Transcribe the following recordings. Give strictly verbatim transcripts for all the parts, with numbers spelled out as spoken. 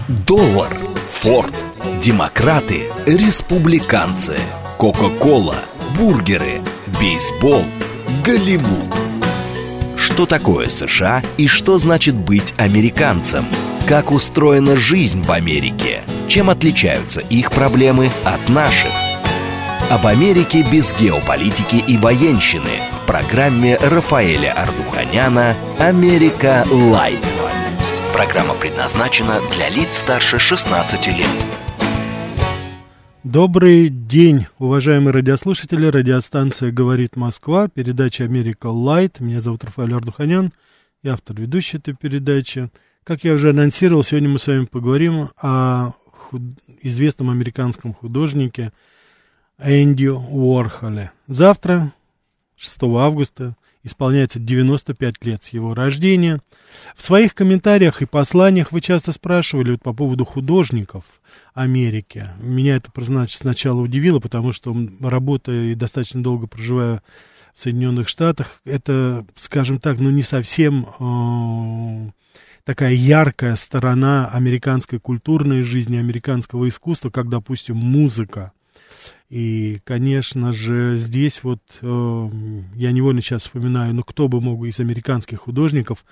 Доллар, Форд, демократы, республиканцы, Кока-кола, бургеры, бейсбол, Голливуд. Что такое США и что значит быть американцем? Как устроена жизнь в Америке? Чем отличаются их проблемы от наших? Об Америке без геополитики и военщины в программе Рафаэля Ардуханяна «Америка Лайт». Программа предназначена для лиц старше шестнадцати лет. Добрый день, уважаемые радиослушатели. Радиостанция «Говорит Москва», передача «Америка Лайт». Меня зовут Рафаэль Ардуханян, я автор ведущей этой передачи. Как я уже анонсировал, сегодня мы с вами поговорим о худ... известном американском художнике Энди Уорхоле. Завтра, шестого августа, исполняется девяносто пять лет с его рождения. В своих комментариях и посланиях вы часто спрашивали вот по поводу художников Америки. Меня это, признаться, сначала удивило, потому что, работая и достаточно долго проживая в Соединенных Штатах, это, скажем так, ну не совсем э, такая яркая сторона американской культурной жизни, американского искусства, как, допустим, музыка. И, конечно же, здесь вот э, я невольно сейчас вспоминаю, ну, кто бы мог из американских художников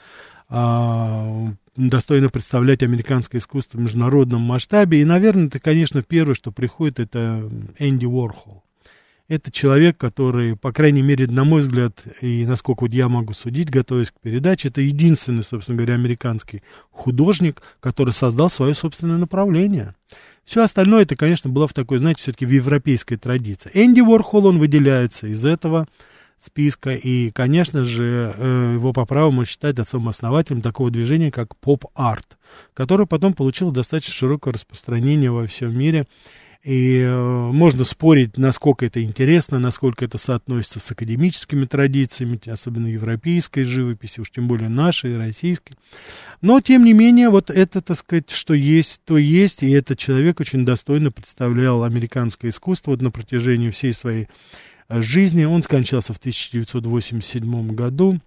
э, достойно представлять американское искусство в международном масштабе. И, наверное, это, конечно, первое, что приходит, это Энди Уорхол. Это человек, который, по крайней мере, на мой взгляд, и насколько вот я могу судить, готовясь к передаче, это единственный, собственно говоря, американский художник, который создал свое собственное направление. Все остальное, это, конечно, было в такой, знаете, все-таки в европейской традиции. Энди Уорхол, он выделяется из этого списка, и, конечно же, его по праву можно считать отцом-основателем такого движения, как поп-арт, которое потом получило достаточно широкое распространение во всем мире. И э, можно спорить, насколько это интересно, насколько это соотносится с академическими традициями, особенно европейской живописи, уж тем более нашей, российской. Но, тем не менее, вот это, так сказать, что есть, то есть, и этот человек очень достойно представлял американское искусство вот на протяжении всей своей жизни. Он скончался в тысяча девятьсот восемьдесят седьмом году.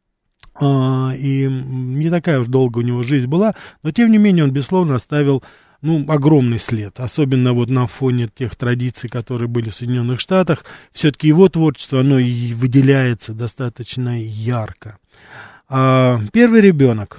Э, и не такая уж долго у него жизнь была, но, тем не менее, он, безусловно, оставил ну, огромный след, особенно вот на фоне тех традиций, которые были в Соединенных Штатах. Все-таки его творчество, оно и выделяется достаточно ярко. А, первый ребенок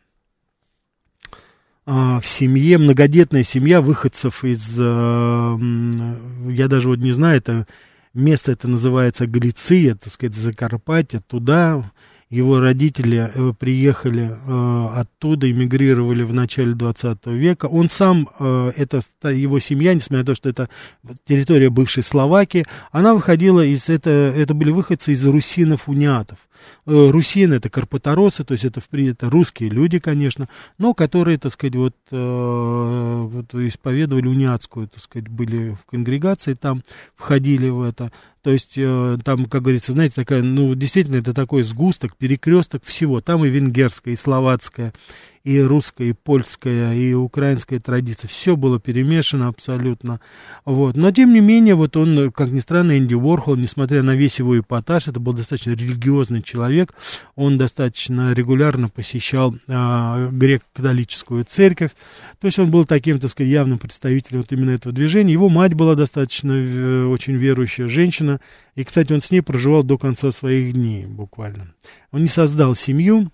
а, в семье, многодетная семья выходцев из, а, я даже вот не знаю, это место это называется Галиция, так сказать, Закарпатье, туда. Его родители э, приехали э, оттуда, эмигрировали в начале двадцатого века. Он сам, э, это, его семья, несмотря на то, что это территория бывшей Словакии, она выходила из, это, это были выходцы из русинов-униатов. Э, русины — это карпаторосы, то есть это, это русские люди, конечно, но которые, так сказать, вот, э, вот исповедовали униатскую, так сказать, были в конгрегации, там входили в это. То есть э, там, как говорится, знаете, такая, ну, действительно, это такой сгусток, перекресток всего. Там и венгерская, и словацкая, и русская, и польская, и украинская традиция. Все было перемешано абсолютно. Вот. Но, тем не менее, вот он, как ни странно, Энди Уорхол, несмотря на весь его эпатаж, это был достаточно религиозный человек. Он достаточно регулярно посещал э, греко-католическую церковь. То есть он был таким, так сказать, явным представителем вот именно этого движения. Его мать была достаточно э, очень верующая женщина. И, кстати, он с ней проживал до конца своих дней, буквально. Он не создал семью.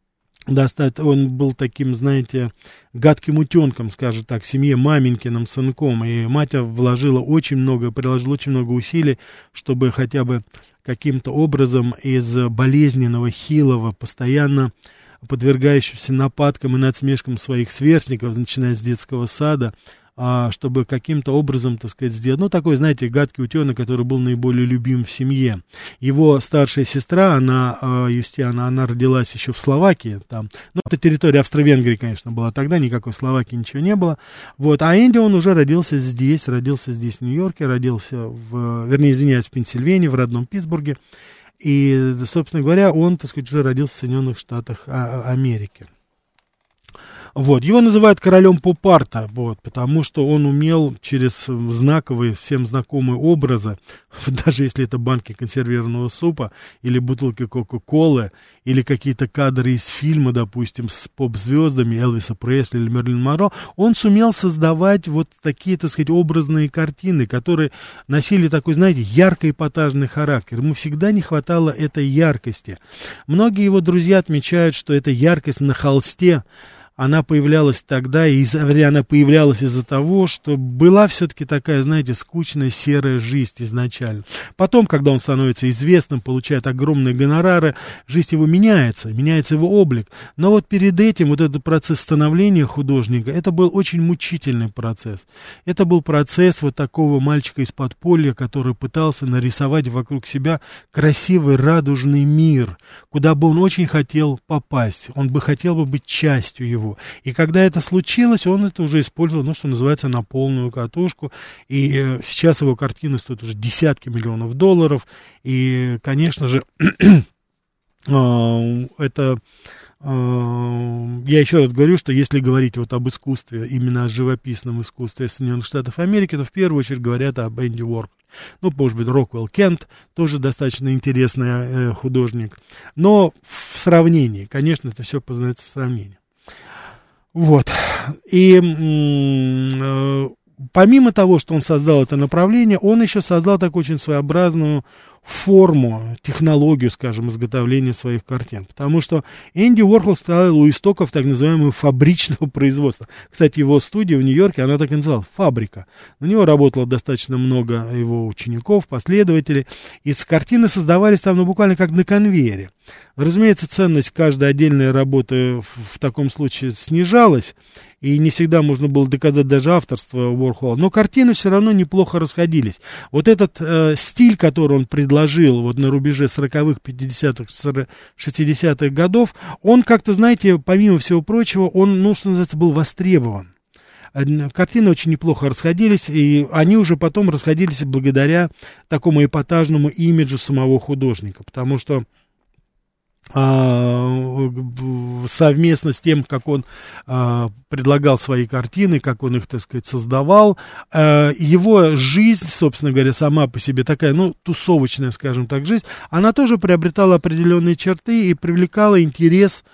Он был таким, знаете, гадким утенком, скажем так, в семье, маменькиным сынком. И мать вложила очень много, приложила очень много усилий, чтобы хотя бы каким-то образом из болезненного, хилого, постоянно подвергающегося нападкам и насмешкам своих сверстников, начиная с детского сада, чтобы каким-то образом, так сказать, сделать, ну, такой, знаете, гадкий утенок, который был наиболее любим в семье. Его старшая сестра, она, Юстиана, она родилась еще в Словакии, там, ну, это территория Австро-Венгрии, конечно, была тогда, никакой Словакии ничего не было, вот, а Энди, он уже родился здесь, родился здесь, в Нью-Йорке, родился в, вернее, извиняюсь, в Пенсильвании, в родном Питтсбурге, и, собственно говоря, он, так сказать, уже родился в Соединенных Штатах Америки. Вот. Его называют королем поп-арта, вот, потому что он умел через знаковые, всем знакомые образы, даже если это банки консервированного супа, или бутылки Кока-Колы, или какие-то кадры из фильма, допустим, с поп-звездами Элвиса Пресли или Мерлин Монро, он сумел создавать вот такие, так сказать, образные картины, которые носили такой, знаете, ярко-эпатажный характер. Ему всегда не хватало этой яркости. Многие его друзья отмечают, что эта яркость на холсте, она появлялась тогда, и она появлялась из-за того, что была все-таки такая, знаете, скучная серая жизнь изначально. Потом, когда он становится известным, получает огромные гонорары, жизнь его меняется, меняется его облик. Но вот перед этим вот этот процесс становления художника, это был очень мучительный процесс. Это был процесс вот такого мальчика из подполья, который пытался нарисовать вокруг себя красивый радужный мир, куда бы он очень хотел попасть, он бы хотел бы быть частью его. И когда это случилось, он это уже использовал, ну, что называется, на полную катушку. И э, сейчас его картины стоят уже десятки миллионов долларов. И, конечно же, э, это... Я еще раз говорю, что если говорить вот об искусстве, именно о живописном искусстве Соединенных Штатов Америки, то в первую очередь говорят об Энди Уорхоле. Ну, может быть, Роквелл Кент, тоже достаточно интересный э, художник. Но в сравнении, конечно, это все познается в сравнении. Вот. И э, помимо того, что он создал это направление, он еще создал такую очень своеобразную форму, технологию, скажем, изготовления своих картин. Потому что Энди Уорхол стоял у истоков так называемого фабричного производства. Кстати, его студия в Нью-Йорке, она так и называлась, фабрика. На него работало достаточно много его учеников, последователей. И картины создавались там, ну, буквально как на конвейере. Разумеется, ценность каждой отдельной работы в, в таком случае снижалась, и не всегда можно было доказать даже авторство Уорхола, но картины все равно неплохо расходились. Вот этот э, стиль, который он предложил вот на рубеже сороковых, пятидесятых, шестидесятых годов, он как-то, знаете, помимо всего прочего, он, ну, что называется, был востребован. Картины очень неплохо расходились, и они уже потом расходились благодаря такому эпатажному имиджу самого художника, потому что совместно с тем, как он а, предлагал свои картины, как он их, так сказать, создавал, а, его жизнь, собственно говоря, сама по себе такая, ну, тусовочная, скажем так, жизнь, она тоже приобретала определенные черты и привлекала интерес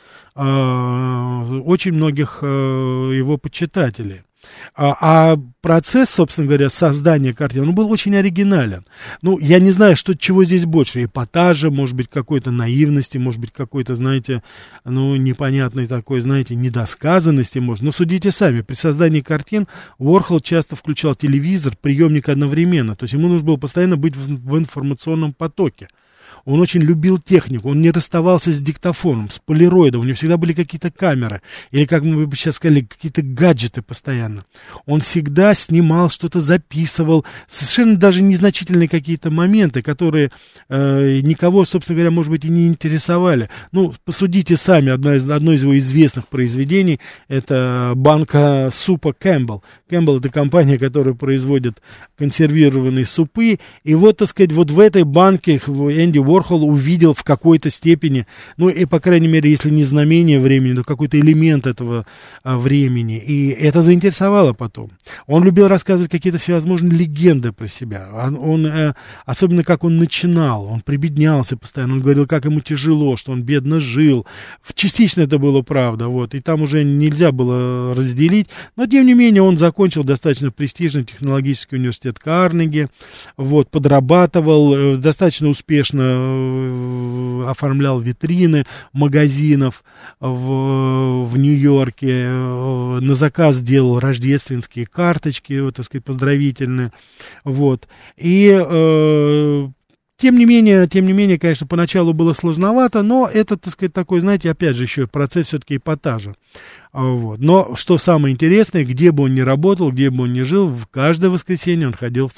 а, очень многих а, его почитателей. А, а процесс, собственно говоря, создания картин, он был очень оригинален. Ну, я не знаю, что, чего здесь больше, эпатажа, может быть, какой-то наивности, может быть, какой-то, знаете, ну, непонятной такой, знаете, недосказанности, может. Но судите сами, при создании картин Уорхол часто включал телевизор, приемник одновременно, то есть ему нужно было постоянно быть в, в информационном потоке. Он очень любил технику, он не расставался с диктофоном, с полироидом, у него всегда были какие-то камеры, или, как мы бы сейчас сказали, какие-то гаджеты постоянно. Он всегда снимал, что-то записывал, совершенно даже незначительные какие-то моменты, которые э, никого, собственно говоря, может быть, и не интересовали. Ну, посудите сами, одно из, одно из его известных произведений, это банка супа Кэмпбелл. Кэмпбелл — это компания, которая производит консервированные супы, и вот, так сказать, вот в этой банке Энди Уорхол увидел в какой-то степени, ну и, по крайней мере, если не знамение времени, то какой-то элемент этого а, времени. И это заинтересовало потом. Он любил рассказывать какие-то всевозможные легенды про себя. Он, он э, особенно как он начинал, он прибеднялся постоянно, он говорил, как ему тяжело, что он бедно жил. Частично это было правда, вот, и там уже нельзя было разделить, но, тем не менее, он закончил достаточно престижный технологический университет Карнеги, вот, подрабатывал, достаточно успешно оформлял витрины магазинов в, в Нью-Йорке, на заказ делал рождественские карточки, вот, так сказать, поздравительные, вот, и э, тем не менее, тем не менее, конечно, поначалу было сложновато, но это, так сказать, такой, знаете, опять же, еще процесс все-таки эпатажа. Вот. Но, что самое интересное, где бы он ни работал, где бы он ни жил, в каждое воскресенье он ходил в церковь.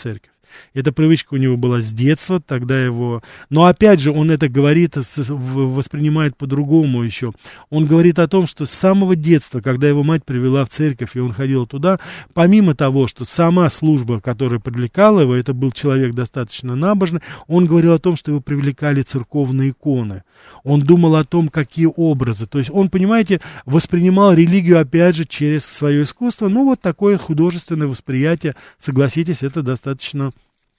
Эта привычка у него была с детства, тогда его... Но опять же, он это говорит, воспринимает по-другому еще. Он говорит о том, что с самого детства, когда его мать привела в церковь, и он ходил туда, помимо того, что сама служба, которая привлекала его, это был человек достаточно набожный, он говорил о том, что его привлекали церковные иконы. Он думал о том, какие образы. То есть он, понимаете, воспринимал религию, опять же, через свое искусство. Ну, вот такое художественное восприятие, согласитесь, это достаточно...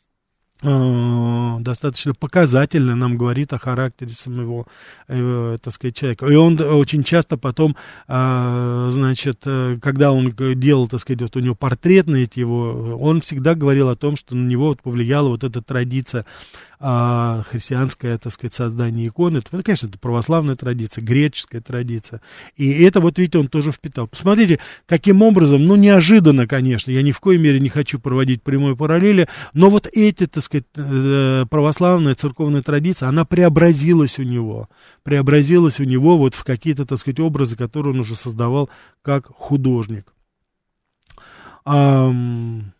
достаточно показательно нам говорит о характере самого, э, так сказать, человека. И он очень часто потом, э, значит, э, когда он делал, так сказать, вот у него портретные эти его, он всегда говорил о том, что на него вот повлияла вот эта традиция а христианское, так сказать, создание иконы, это, конечно, это православная традиция, греческая традиция. И это, вот видите, он тоже впитал. Посмотрите, каким образом, ну, неожиданно, конечно, я ни в коей мере не хочу проводить прямой параллели, но вот эти, так сказать, православная церковная традиция, она преобразилась у него, преобразилась у него вот в какие-то, так сказать, образы, которые он уже создавал как художник. Ам...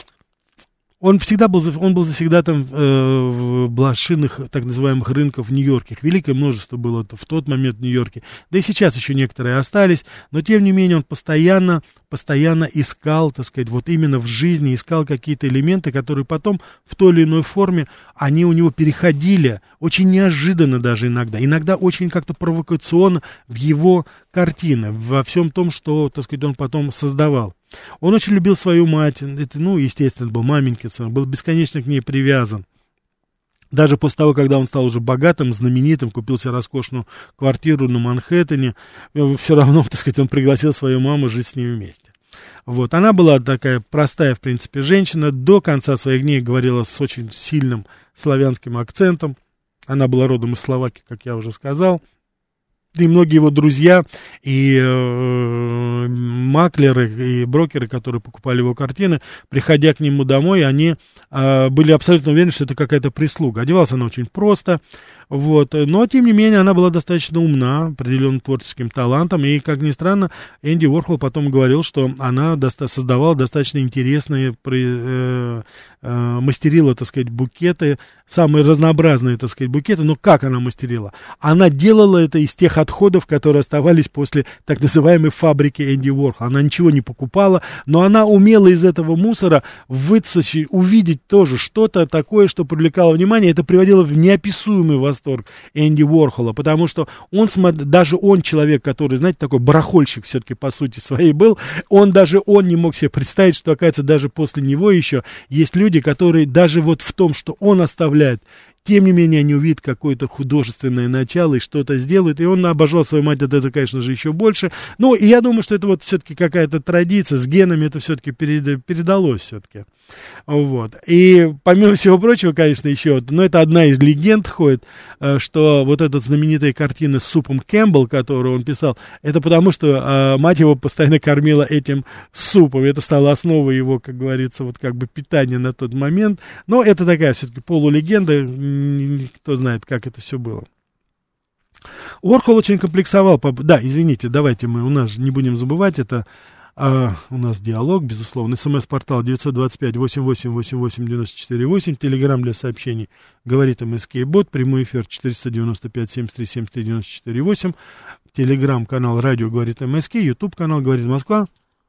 Он всегда был, он был завсегдатаем э, в блошиных, так называемых, рынков в Нью-Йорке. Их великое множество было в тот момент в Нью-Йорке. Да и сейчас еще некоторые остались. Но, тем не менее, он постоянно, постоянно искал, так сказать, вот именно в жизни, искал какие-то элементы, которые потом в той или иной форме, они у него переходили, очень неожиданно даже иногда. Иногда очень как-то провокационно в его картины, во всем том, что, так сказать, он потом создавал. Он очень любил свою мать, это, ну, естественно, был маменькин сын, был бесконечно к ней привязан. Даже после того, когда он стал уже богатым, знаменитым, купил себе роскошную квартиру на Манхэттене, все равно, так сказать, он пригласил свою маму жить с ним вместе. Вот. Она была такая простая, в принципе, женщина, до конца своих дней говорила с очень сильным славянским акцентом. Она была родом из Словакии, как я уже сказал. И многие его друзья, и э, маклеры, и брокеры, которые покупали его картины, приходя к нему домой, они э, были абсолютно уверены, что это какая-то прислуга. Одевалась она очень просто, вот, но, тем не менее, она была достаточно умна, определенным творческим талантом, и, как ни странно, Энди Уорхол потом говорил, что она доста- создавала достаточно интересные, э, э, мастерила, так сказать, букеты, самые разнообразные, так сказать, букеты, но как она мастерила? Она делала это из тех отходов, которые оставались после так называемой фабрики Энди Уорхола. Она ничего не покупала, но она умела из этого мусора высочить, увидеть тоже что-то такое, что привлекало внимание. Это приводило в неописуемый восторг Энди Уорхола, потому что он, даже он человек, который, знаете, такой барахольщик все-таки по сути своей был, он даже он не мог себе представить, что, оказывается, даже после него еще есть люди, которые даже вот в том, что он оставляет, тем не менее, они увидят какое-то художественное начало и что-то сделают. И он обожал свою мать от этого, конечно же, еще больше. Ну, и я думаю, что это вот все-таки какая-то традиция. С генами это все-таки перед, передалось все-таки. Вот. И помимо всего прочего, конечно, еще, ну, это одна из легенд ходит, что вот эта знаменитая картина с супом Кэмпбелл, которую он писал, это потому, что э, мать его постоянно кормила этим супом. Это стало основой его, как говорится, вот как бы питания на тот момент. Но это такая все-таки полулегенда. Кто знает, как это все было. Уорхол очень комплексовал. По... Да, извините, давайте мы у нас не будем забывать, это а, у нас диалог, безусловно. СМС-портал девять два пять восемь восемь восемь восемь девять четыре восемь. Телеграм для сообщений говорит МСК-бот. Прямой эфир четыреста девяносто пять семьдесят три семьдесят три девяносто четыре восемь. Телеграм-канал радио говорит МСК. Ютуб-канал говорит Москва.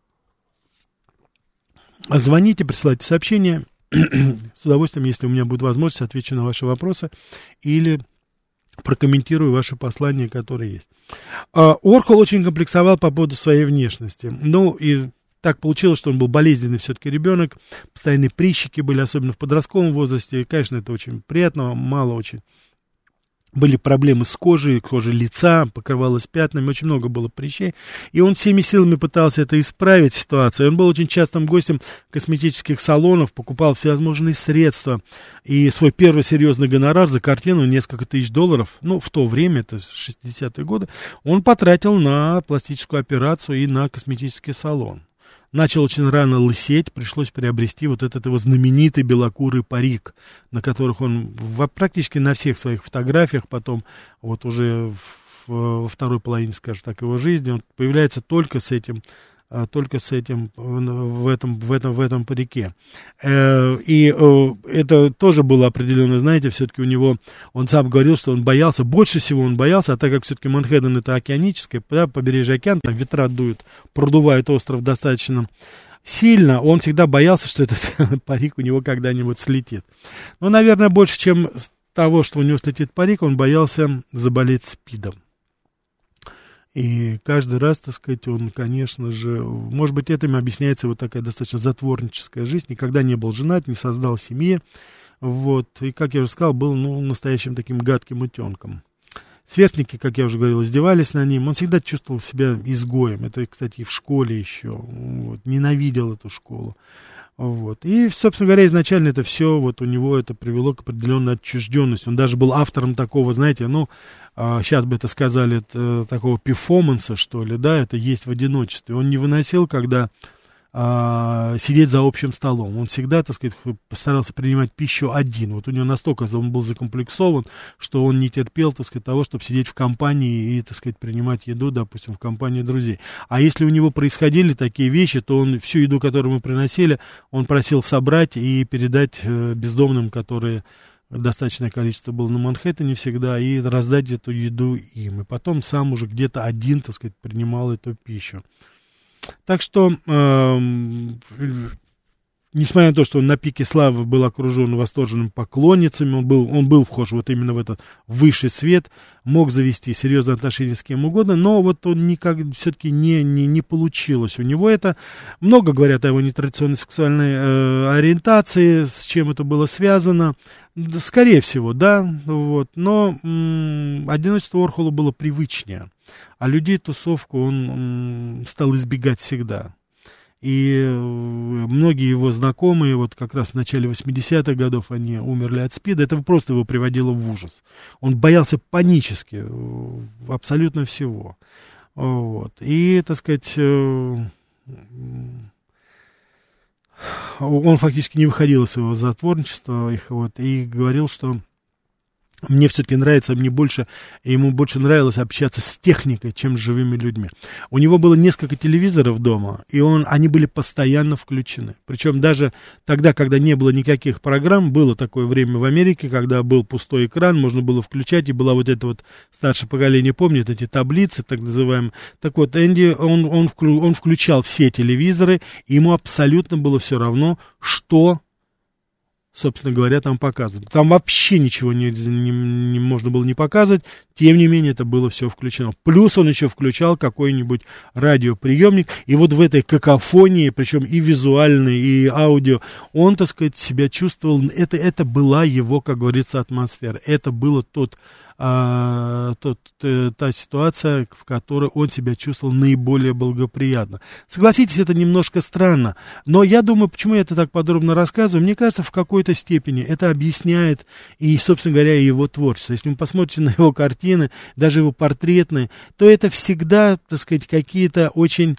Звоните, присылайте сообщения. С удовольствием, если у меня будет возможность, отвечу на ваши вопросы или прокомментирую ваши послания, которые есть. Уорхол очень комплексовал по поводу своей внешности. Ну, и так получилось, что он был болезненный все-таки ребенок. Постоянные прыщики были, особенно в подростковом возрасте. И, конечно, это очень приятно, мало очень. Были проблемы с кожей, кожа лица покрывалась пятнами, очень много было прыщей. И он всеми силами пытался это исправить, ситуацию. Он был очень частым гостем косметических салонов, покупал всевозможные средства. И свой первый серьезный гонорар за картину, несколько тысяч долларов, ну, в то время, это шестидесятые годы, он потратил на пластическую операцию и на косметический салон. Начал очень рано лысеть, пришлось приобрести вот этот его знаменитый белокурый парик, на которых он в, практически на всех своих фотографиях потом, вот уже в, во второй половине, скажем так, его жизни, он появляется только с этим только с этим, в этом, в этом, в этом парике. И это тоже было определенно, знаете, все-таки у него, он сам говорил, что он боялся, больше всего он боялся, а так как все-таки Манхэттен это океаническое, да, побережье океана, там ветра дуют, продувают остров достаточно сильно, он всегда боялся, что этот парик у него когда-нибудь слетит. Но, наверное, больше, чем того, что у него слетит парик, он боялся заболеть СПИДом. И каждый раз, так сказать, он, конечно же, может быть, этим объясняется вот такая достаточно затворническая жизнь, никогда не был женат, не создал семьи, вот, и, как я уже сказал, был, ну, настоящим таким гадким утенком. Сверстники, как я уже говорил, издевались над ним, он всегда чувствовал себя изгоем, это, кстати, и в школе еще, вот, ненавидел эту школу. Вот. И, собственно говоря, изначально это все, вот у него это привело к определенной отчужденности. Он даже был автором такого, знаете, ну, а, сейчас бы это сказали, это, такого перформанса, что ли, да, это есть в одиночестве. Он не выносил, когда а, сидеть за общим столом. Он всегда, так сказать, постарался принимать пищу один. Вот у него настолько он был закомплексован, что он не терпел, так сказать, того, чтобы сидеть в компании и, так сказать, принимать еду, допустим, в компании друзей. А если у него происходили такие вещи, то он всю еду, которую мы приносили, он просил собрать и передать э, бездомным, которые достаточное количество было на Манхэттене всегда, и раздать эту еду им. И потом сам уже где-то один, так сказать, принимал эту пищу. Так что, э, несмотря на то, что он на пике славы был окружен восторженными поклонницами, он был, он был вхож вот именно в этот высший свет, мог завести серьезные отношения с кем угодно, но вот он никак все-таки не, не, не получилось. У него это, много говорят о его нетрадиционной сексуальной э, ориентации, с чем это было связано. Скорее всего, да, вот, но м- одиночество Уорхолу было привычнее, а людей тусовку он м- стал избегать всегда. И многие его знакомые, вот как раз в начале восьмидесятых годов, они умерли от СПИДа, это просто его приводило в ужас. Он боялся панически абсолютно всего. Вот. И, так сказать, он фактически не выходил из своего затворничества, их, вот, и говорил, что мне все-таки нравится, мне больше, ему больше нравилось общаться с техникой, чем с живыми людьми. У него было несколько телевизоров дома, и он, они были постоянно включены. Причем даже тогда, когда не было никаких программ, было такое время в Америке, когда был пустой экран, можно было включать, и была вот это вот, старшее поколение помнит, эти таблицы, так называемые. Так вот, Энди, он, он, вклю, он включал все телевизоры, и ему абсолютно было все равно, что, собственно говоря, там показывают. Там вообще ничего не, не, не можно было не показывать, тем не менее это было все включено. Плюс он еще включал какой-нибудь радиоприемник, и вот в этой какофонии, причем и визуальной, и аудио, он, так сказать, себя чувствовал, это, это была его, как говорится, атмосфера, это было тот, а, тот, та ситуация, в которой он себя чувствовал наиболее благоприятно. Согласитесь, это немножко странно, но я думаю, почему я это так подробно рассказываю, мне кажется, в какой-то степени это объясняет и, собственно говоря, его творчество. Если вы посмотрите на его картины, даже его портретные, то это всегда, так сказать, какие-то очень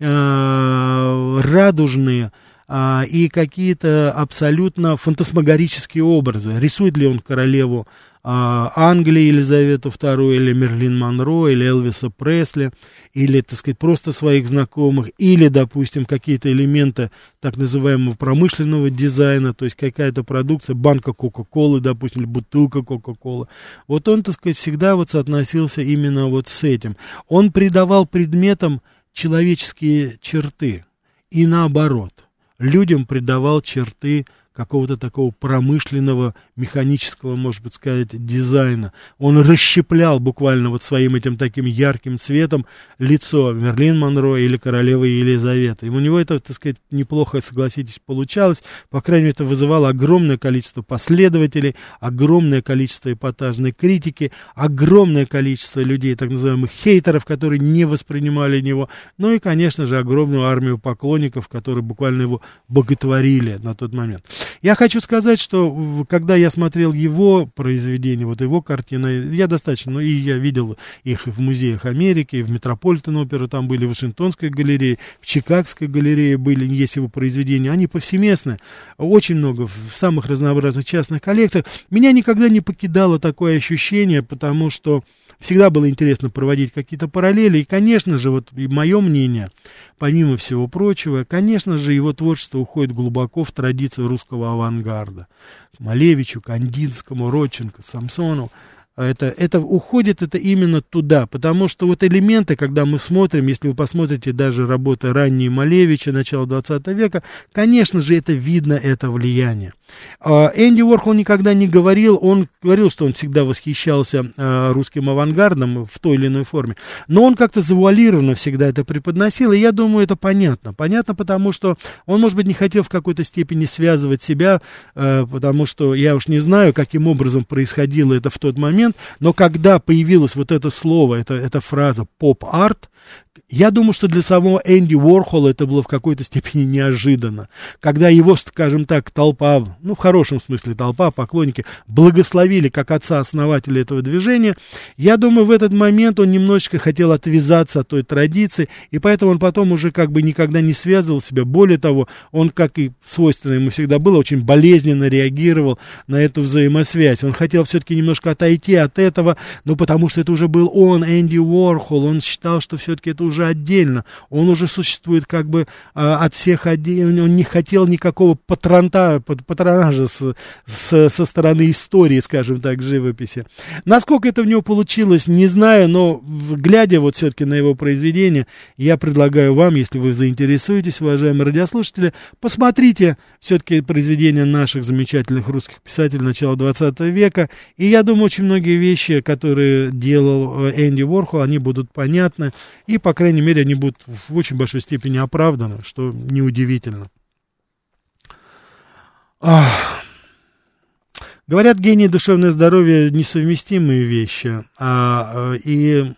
э, радужные э, и какие-то абсолютно фантасмагорические образы. Рисует ли он королеву Англии Елизавету вторую, или Мерлин Монро, или Элвиса Пресли, или, так сказать, просто своих знакомых, или, допустим, какие-то элементы так называемого промышленного дизайна, то есть какая-то продукция, банка Кока-Колы, допустим, или бутылка Кока-Колы. Вот он, так сказать, всегда вот соотносился именно вот с этим. Он придавал предметам человеческие черты, и наоборот, людям придавал черты какого-то такого промышленного, механического, может быть, сказать, дизайна. Он расщеплял буквально вот своим этим таким ярким цветом лицо Мерлин Монро или королевы Елизаветы. И у него это, так сказать, неплохо, согласитесь, получалось. По крайней мере, это вызывало огромное количество последователей, огромное количество эпатажной критики, огромное количество людей, так называемых хейтеров, которые не воспринимали его. Ну и, конечно же, огромную армию поклонников, которые буквально его боготворили на тот момент. Я хочу сказать, что когда я смотрел его произведения, вот его картины, я достаточно, ну и я видел их в музеях Америки, в Метрополитен-оперу там были, в Вашингтонской галерее, в Чикагской галерее были, есть его произведения, они повсеместны, очень много в самых разнообразных частных коллекциях. Меня никогда не покидало такое ощущение, потому что всегда было интересно проводить какие-то параллели. И, конечно же, вот мое мнение, помимо всего прочего, конечно же, его творчество уходит глубоко в традицию русского авангарда. К Малевичу, Кандинскому, Родченко, Самсонову. Это, это уходит это именно туда, потому что вот элементы, когда мы смотрим, если вы посмотрите даже работы ранние Малевича, начала двадцатого века, конечно же, это видно, это влияние. Энди Уорхол никогда не говорил, он говорил, что он всегда восхищался русским авангардом в той или иной форме, но он как-то завуалированно всегда это преподносил, и я думаю, это понятно. Понятно, потому что он, может быть, не хотел в какой-то степени связывать себя, потому что я уж не знаю, каким образом происходило это в тот момент, но когда появилось вот это слово, это, эта фраза «поп-арт», я думаю, что для самого Энди Уорхола это было в какой-то степени неожиданно. Когда его, скажем так, толпа, ну, в хорошем смысле толпа, поклонники, благословили как отца-основателя этого движения, я думаю, в этот момент он немножечко хотел отвязаться от той традиции, и поэтому он потом уже как бы никогда не связывал себя. Более того, он, как и свойственно ему всегда было, очень болезненно реагировал на эту взаимосвязь. Он хотел все-таки немножко отойти от этого, ну, потому что это уже был он, Энди Уорхол, он считал, что все-таки это уже отдельно, он уже существует как бы а, от всех отдельно, он не хотел никакого патронта, патронажа с, с, со стороны истории, скажем так, живописи. Насколько это в него получилось, не знаю, но глядя вот все-таки на его произведение, я предлагаю вам, если вы заинтересуетесь, уважаемые радиослушатели, посмотрите все-таки произведения наших замечательных русских писателей начала двадцатого века, и я думаю, очень многие вещи, которые делал Энди Уорхол, они будут понятны, и, по крайней мере, они будут в очень большой степени оправданы, что неудивительно. Ах. Говорят, гений и душевное здоровье несовместимые вещи, а, и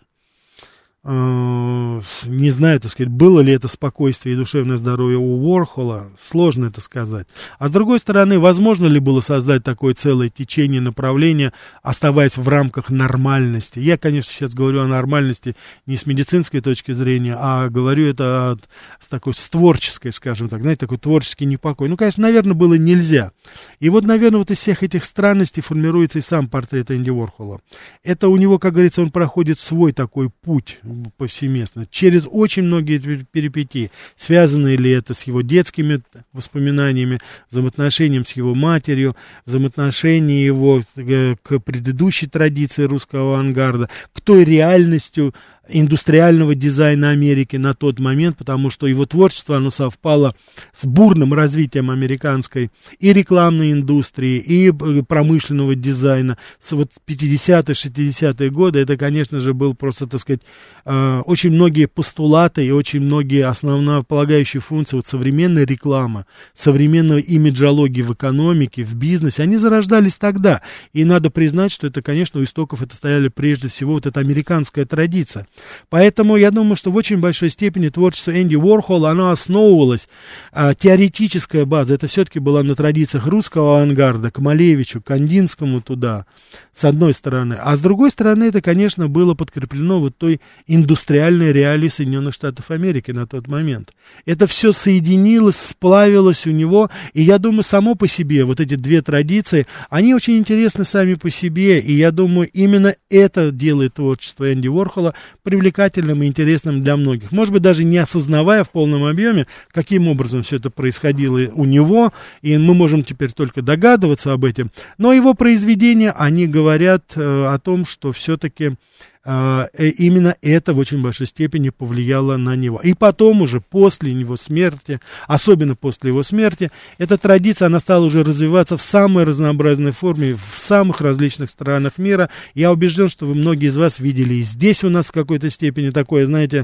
а, не знаю, так сказать, было ли это спокойствие и душевное здоровье у Уорхола, сложно это сказать. А с другой стороны, возможно ли было создать такое целое течение, направление, оставаясь в рамках нормальности? Я, конечно, сейчас говорю о нормальности не с медицинской точки зрения, а говорю это от, с такой, с творческой, скажем так, знаете, такой творческий непокой. Ну, конечно, наверное, было нельзя. И вот, наверное, вот из всех этих странностей формируется и сам портрет Энди Уорхола. Это у него, как говорится, он проходит свой такой путь повсеместно, через очень многие перипетии. Связаны ли это с его детскими воспоминаниями, взаимоотношением с его матерью, взаимоотношением его к предыдущей традиции русского авангарда, к той реальностью индустриального дизайна Америки на тот момент, потому что его творчество, оно совпало с бурным развитием американской и рекламной индустрии, и промышленного дизайна. С вот пятидесятые, шестидесятые годы это, конечно же, был просто, так сказать, очень многие постулаты и очень многие основополагающие функции вот современной рекламы, современной имиджологии в экономике, в бизнесе, они зарождались тогда. И надо признать, что это, конечно, у истоков это стояли прежде всего вот эта американская традиция. Поэтому я думаю, что в очень большой степени творчество Энди Уорхола, оно основывалось, а, теоретическая база, это все-таки была на традициях русского авангарда, к Малевичу, к Кандинскому туда, с одной стороны. А с другой стороны, это, конечно, было подкреплено вот той индустриальной реалией Соединенных Штатов Америки на тот момент. Это все соединилось, сплавилось у него, и я думаю, само по себе, вот эти две традиции, они очень интересны сами по себе, и я думаю, именно это делает творчество Энди Уорхола привлекательным и интересным для многих. Может быть, даже не осознавая в полном объеме, каким образом все это происходило у него, и мы можем теперь только догадываться об этом, но его произведения, они говорят э, о том, что все-таки э, именно это в очень большой степени повлияло на него. И потом уже, после его смерти, особенно после его смерти, эта традиция, она стала уже развиваться в самой разнообразной форме, в самых различных странах мира. Я убежден, что вы, многие из вас видели и здесь у нас в какой-то степени такое, знаете,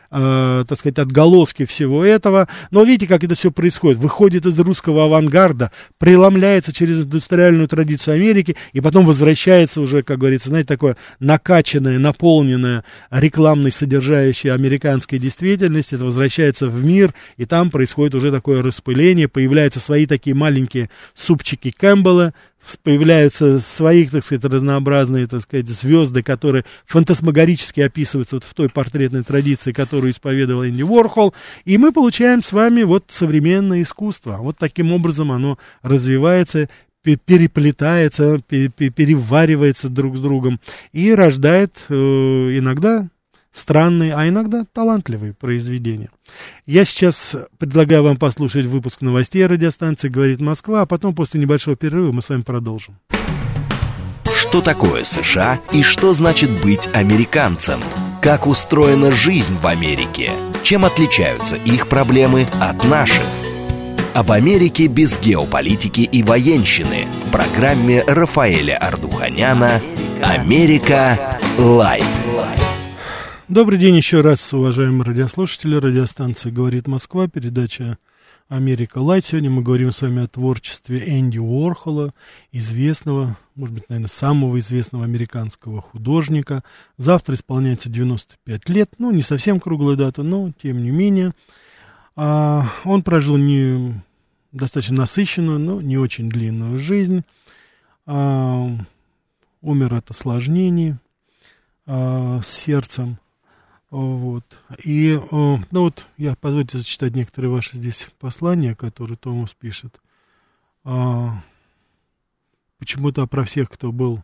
э, так сказать, отголоски всего этого. Но видите, как это все происходит. Выходит из русского авангарда, преломляется через индустриальную традицию Америки, и потом возвращается уже, как говорится, знаете, такое накачанное, наполненное рекламной содержащей американской действительности, это возвращается в мир, и там происходит уже такое распыление, появляются свои такие маленькие супчики Кэмпбелла, появляются свои, так сказать, разнообразные, так сказать, звезды, которые фантасмагорически описываются вот в той портретной традиции, которую исповедовал Энди Уорхол, и мы получаем с вами вот современное искусство. Вот таким образом оно развивается переплетается, переваривается друг с другом и рождает иногда странные, а иногда талантливые произведения. Я сейчас предлагаю вам послушать выпуск новостей радиостанции «Говорит Москва», а потом после небольшого перерыва мы с вами продолжим. Что такое США и что значит быть американцем? Как устроена жизнь в Америке? Чем отличаются их проблемы от наших? Об Америке без геополитики и военщины в программе Рафаэля Ардуханяна «Америка Лайт». Добрый день еще раз, уважаемые радиослушатели. Радиостанция «Говорит Москва», передача «Америка Лайт». Сегодня мы говорим с вами о творчестве Энди Уорхола, известного, может быть, наверное, самого известного американского художника. Завтра исполняется девяносто пять лет, ну, не совсем круглая дата, но тем не менее. А, он прожил не достаточно насыщенную, но не очень длинную жизнь. А, умер от осложнений а, с сердцем. Вот. И, ну вот, я позвольте зачитать некоторые ваши здесь послания, которые Томас пишет. А, почему-то про всех, кто был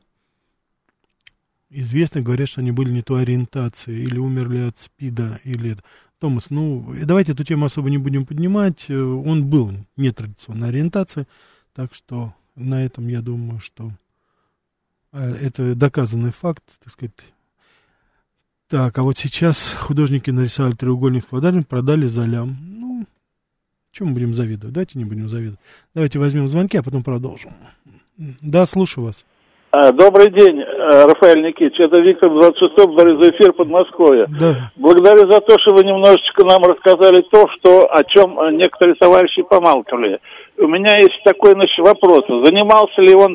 известный, говорят, что они были не той ориентации, или умерли от СПИДа, или... Томас, ну, давайте эту тему особо не будем поднимать. Он был нетрадиционной ориентации, так что на этом, я думаю, что это доказанный факт, так сказать. Так, а вот сейчас художники нарисовали треугольник с квадратом, продали за лям. Ну, чем мы будем завидовать? Давайте не будем завидовать. Давайте возьмем звонки, а потом продолжим. Да, слушаю вас. Добрый день, Рафаэль Никитич. Это Виктор двадцать шестой, благодарю за эфир Подмосковья. Да. Благодарю за то, что вы немножечко нам рассказали то, что, о чем некоторые товарищи помалкивали. У меня есть такой, значит, вопрос. Занимался ли он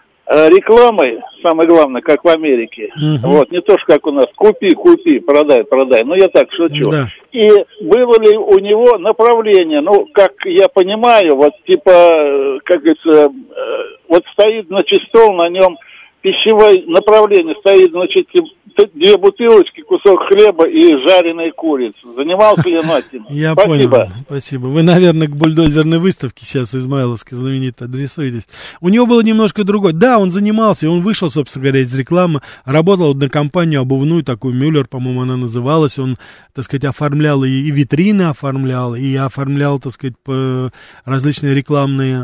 рекламой, самое главное, как в Америке? Угу. Вот, не то, что как у нас, купи, купи, продай, продай. Ну, я так шучу. Да. И было ли у него направление, ну, как я понимаю, вот типа, как говорится, вот стоит, значит, стол, на нем пищевое направление, стоит, значит, две бутылочки, кусок хлеба и жареная курица. Занимался ли он этим? Я Спасибо. понял, спасибо. Вы, наверное, к бульдозерной выставке сейчас Измайловской знаменитой адресуетесь. У него было немножко другое. Да, он занимался, и он вышел, собственно говоря, из рекламы, работал на компанию обувную, такую Мюллер, по-моему, она называлась. Он, так сказать, оформлял и, и витрины оформлял, и оформлял, так сказать, различные рекламные,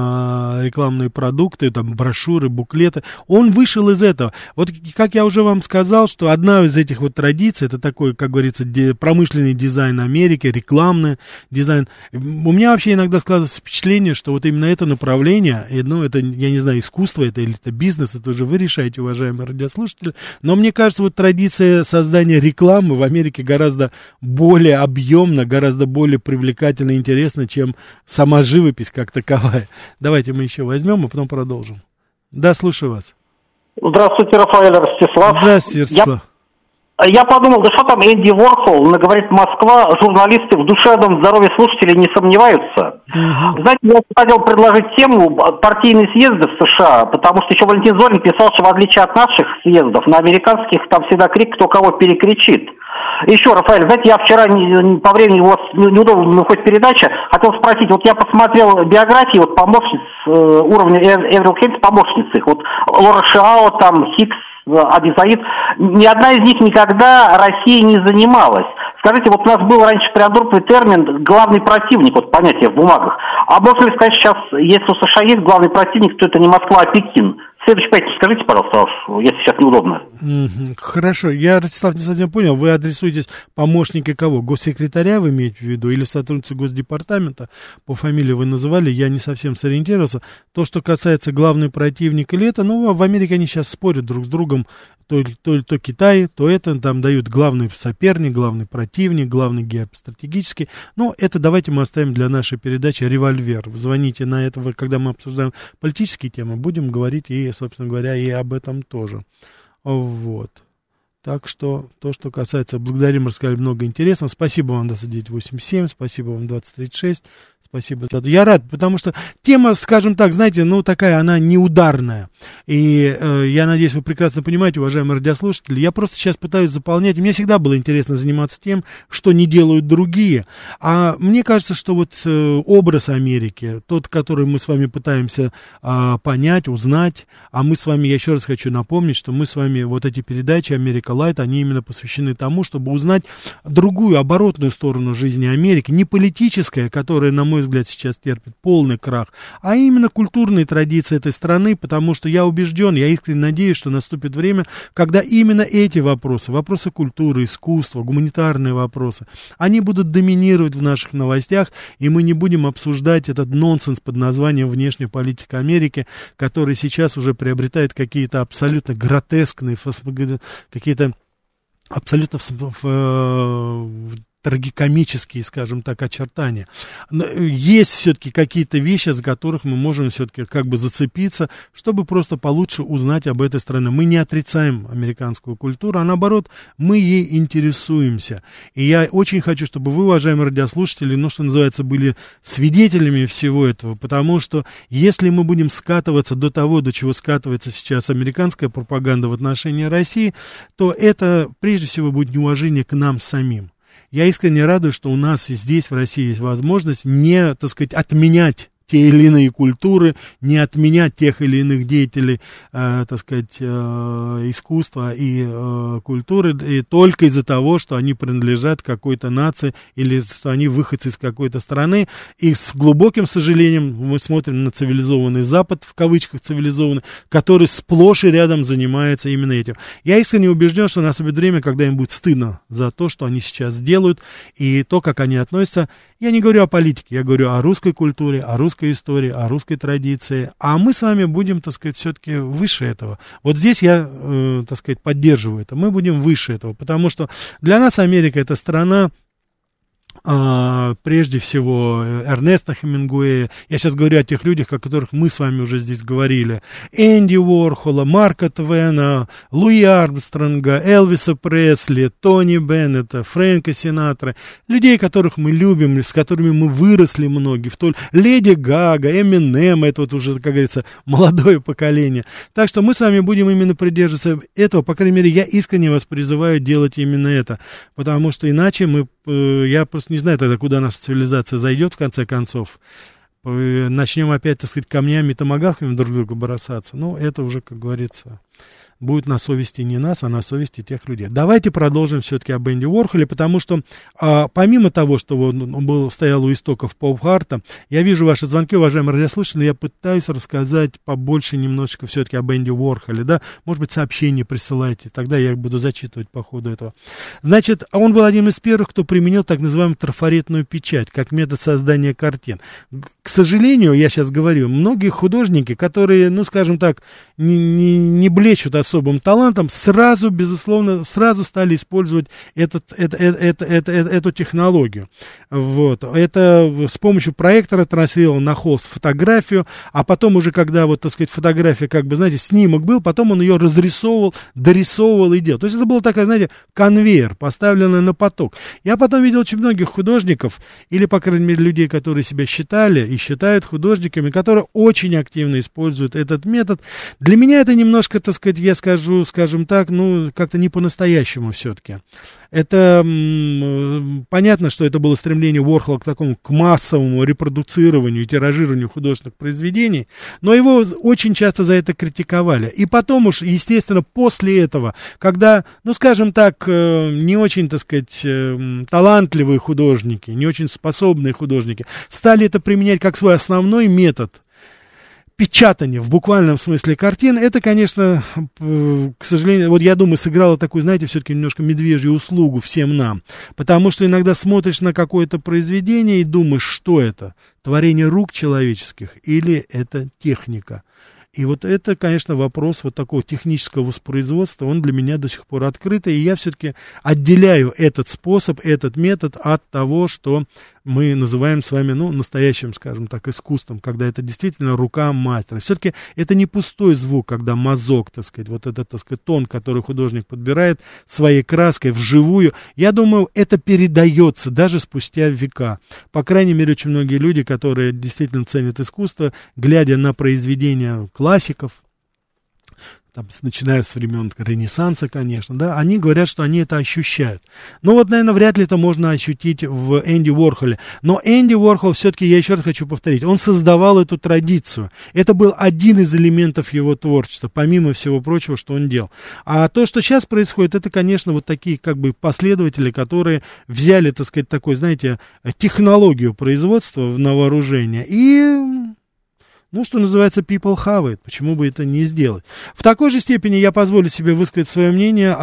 а, рекламные продукты, там, брошюры, буклеты. Он вышел из этого. Вот, как я уже вам сказал, что одна из этих вот традиций, это такой, как говорится, де, промышленный дизайн Америки, рекламный дизайн. У меня вообще иногда складывается впечатление, что вот именно это направление, ну, это, я не знаю, искусство это или это бизнес, это уже вы решаете, уважаемые радиослушатели, но мне кажется, вот традиция создания рекламы в Америке гораздо более объемна, гораздо более привлекательна и интересна, чем сама живопись как таковая. Давайте мы еще возьмем, а потом продолжим. Да, слушаю вас. Здравствуйте, Рафаэль, Ростислав. Здравствуйте, Ростислав. Я, я подумал, да что там, Энди Уорхол, говорит Москва, журналисты в душевном здоровье слушателей не сомневаются. Угу. Знаете, я хотел предложить тему партийные съезды в США, потому что еще Валентин Зорин писал, что в отличие от наших съездов, на американских там всегда крик, кто кого перекричит. Еще, Рафаэль, знаете, я вчера не, не, по времени у вас неудобно выходит передача, хотел спросить, вот я посмотрел биографии вот помощниц э, уровня Эврил Хейнс, помощниц их, вот Лора Шиао, там, Хикс, Абисаид, ни одна из них никогда Россией не занималась. Скажите, вот у нас был раньше приадорпный термин «главный противник», вот понятие в бумагах. А можно ли сказать сейчас, если у США есть главный противник, то это не Москва, а Пекин? Следующий пятницу скажите, пожалуйста, если сейчас неудобно. Хорошо, я, Ростислав, не совсем понял, вы адресуетесь помощники кого? Госсекретаря вы имеете в виду или сотрудницы Госдепартамента? По фамилии вы называли, я не совсем сориентировался. То, что касается главный противник или это, ну, в Америке они сейчас спорят друг с другом, то, то, то Китай, то это, там дают главный соперник, главный противник, главный геостратегический. Но это давайте мы оставим для нашей передачи револьвер. Звоните на это, когда мы обсуждаем политические темы, будем говорить и, собственно говоря, и об этом тоже. Вот. Так что, то, что касается, благодарим, рассказали много интересного. Спасибо вам, двадцать девять восемьдесят семь, спасибо вам, двадцать тридцать шесть. Спасибо. Я рад, потому что тема, скажем так, знаете, ну, такая, она неударная. И э, я надеюсь, вы прекрасно понимаете, уважаемые радиослушатели, я просто сейчас пытаюсь заполнять. Мне всегда было интересно заниматься тем, что не делают другие. А мне кажется, что вот э, образ Америки, тот, который мы с вами пытаемся э, понять, узнать, а мы с вами, я еще раз хочу напомнить, что мы с вами, вот эти передачи «Америка Лайт», они именно посвящены тому, чтобы узнать другую, оборотную сторону жизни Америки, не политическая, которая, на мой взгляд, сейчас терпит полный крах, а именно культурные традиции этой страны, потому что я убежден, я искренне надеюсь, что наступит время, когда именно эти вопросы, вопросы культуры, искусства, гуманитарные вопросы, они будут доминировать в наших новостях, и мы не будем обсуждать этот нонсенс под названием внешняя политика Америки, который сейчас уже приобретает какие-то абсолютно гротескные, какие-то абсолютно в, в, в трагикомические, скажем так, очертания. Но есть все-таки какие-то вещи, за которых мы можем все-таки как бы зацепиться, чтобы просто получше узнать об этой стране. Мы не отрицаем американскую культуру, а наоборот, мы ей интересуемся. И я очень хочу, чтобы вы, уважаемые радиослушатели, ну, что называется, были свидетелями всего этого, потому что если мы будем скатываться до того, до чего скатывается сейчас американская пропаганда в отношении России, то это, прежде всего, будет неуважение к нам самим. Я искренне радуюсь, что у нас и здесь, в России, есть возможность не, так сказать, отменять те или иные культуры, не отменять тех или иных деятелей, э, так сказать, э, искусства и э, культуры, и только из-за того, что они принадлежат какой-то нации или что они выходцы из какой-то страны. И с глубоким сожалением мы смотрим на цивилизованный Запад, в кавычках цивилизованный, который сплошь и рядом занимается именно этим. Я искренне убежден, что наступит время, когда им будет стыдно за то, что они сейчас делают, и то, как они относятся. Я не говорю о политике, я говорю о русской культуре, о русской истории, о русской традиции, а мы с вами будем, так сказать, все-таки выше этого. Вот здесь я, э, так сказать, поддерживаю это. Мы будем выше этого, потому что для нас Америка — это страна, Uh, прежде всего Эрнеста Хемингуэя. Я сейчас говорю о тех людях, о которых мы с вами уже здесь говорили. Энди Уорхола, Марка Твена, Луи Армстронга, Элвиса Пресли, Тони Беннета, Фрэнка Синатра. Людей, которых мы любим, с которыми мы выросли многие. В то... Леди Гага, Эминем, это вот уже, как говорится, молодое поколение. Так что мы с вами будем именно придерживаться этого. По крайней мере, я искренне вас призываю делать именно это. Потому что иначе мы... Я просто не знаю тогда, куда наша цивилизация зайдет в конце концов. Начнем опять, так сказать, камнями и томагавками друг друга бросаться. Ну, это уже, как говорится, будет на совести не нас, а на совести тех людей. Давайте продолжим все-таки об Энди Уорхоле, потому что а, помимо того, что он, он был, стоял у истоков поп-арта, я вижу ваши звонки, уважаемые радиослушатели, я пытаюсь рассказать побольше немножечко все-таки об Энди Уорхоле, да, может быть, сообщения присылайте, тогда я их буду зачитывать по ходу этого. Значит, он был одним из первых, кто применил так называемую трафаретную печать, как метод создания картин. К сожалению, я сейчас говорю, многие художники, которые, ну, скажем так, не, не, не блещут особым талантом, сразу, безусловно, сразу стали использовать этот, это, это, это, это, эту технологию. Вот. Это с помощью проектора транслировал на холст фотографию, а потом уже, когда, вот, так сказать, фотография, как бы, знаете, снимок был, потом он ее разрисовывал, дорисовывал и делал. То есть это был такой, знаете, конвейер, поставленный на поток. Я потом видел очень многих художников, или, по крайней мере, людей, которые себя считали и считают художниками, которые очень активно используют этот метод. Для меня это немножко, так сказать, я скажу, скажем так, ну, как-то не по-настоящему все-таки. Это м, понятно, что это было стремление Уорхола к такому, к массовому репродуцированию и тиражированию художественных произведений, но его очень часто за это критиковали. И потом уж, естественно, после этого, когда, ну, скажем так, не очень, так сказать, талантливые художники, не очень способные художники стали это применять как свой основной метод печатание в буквальном смысле картин, это, конечно, к сожалению, вот я думаю, сыграло такую, знаете, все-таки немножко медвежью услугу всем нам, потому что иногда смотришь на какое-то произведение и думаешь, что это, творение рук человеческих или это техника. И вот это, конечно, вопрос вот такого технического воспроизводства, он для меня до сих пор открыт, и я все-таки отделяю этот способ, этот метод от того, что мы называем с вами, ну, настоящим, скажем так, искусством, когда это действительно рука мастера. Все-таки это не пустой звук, когда мазок, так сказать, вот этот, так сказать, тон, который художник подбирает своей краской вживую, я думаю, это передается даже спустя века. По крайней мере, очень многие люди, которые действительно ценят искусство, глядя на произведения классиков, там, начиная с времен Ренессанса, конечно, да, они говорят, что они это ощущают. Ну вот, наверное, вряд ли это можно ощутить в Энди Уорхоле. Но Энди Уорхол, все-таки, я еще раз хочу повторить, он создавал эту традицию. Это был один из элементов его творчества, помимо всего прочего, что он делал. А то, что сейчас происходит, это, конечно, вот такие, как бы, последователи, которые взяли, так сказать, такой, знаете, технологию производства на вооружение и... Ну, что называется, people have it. Почему бы это не сделать? В такой же степени я позволю себе высказать свое мнение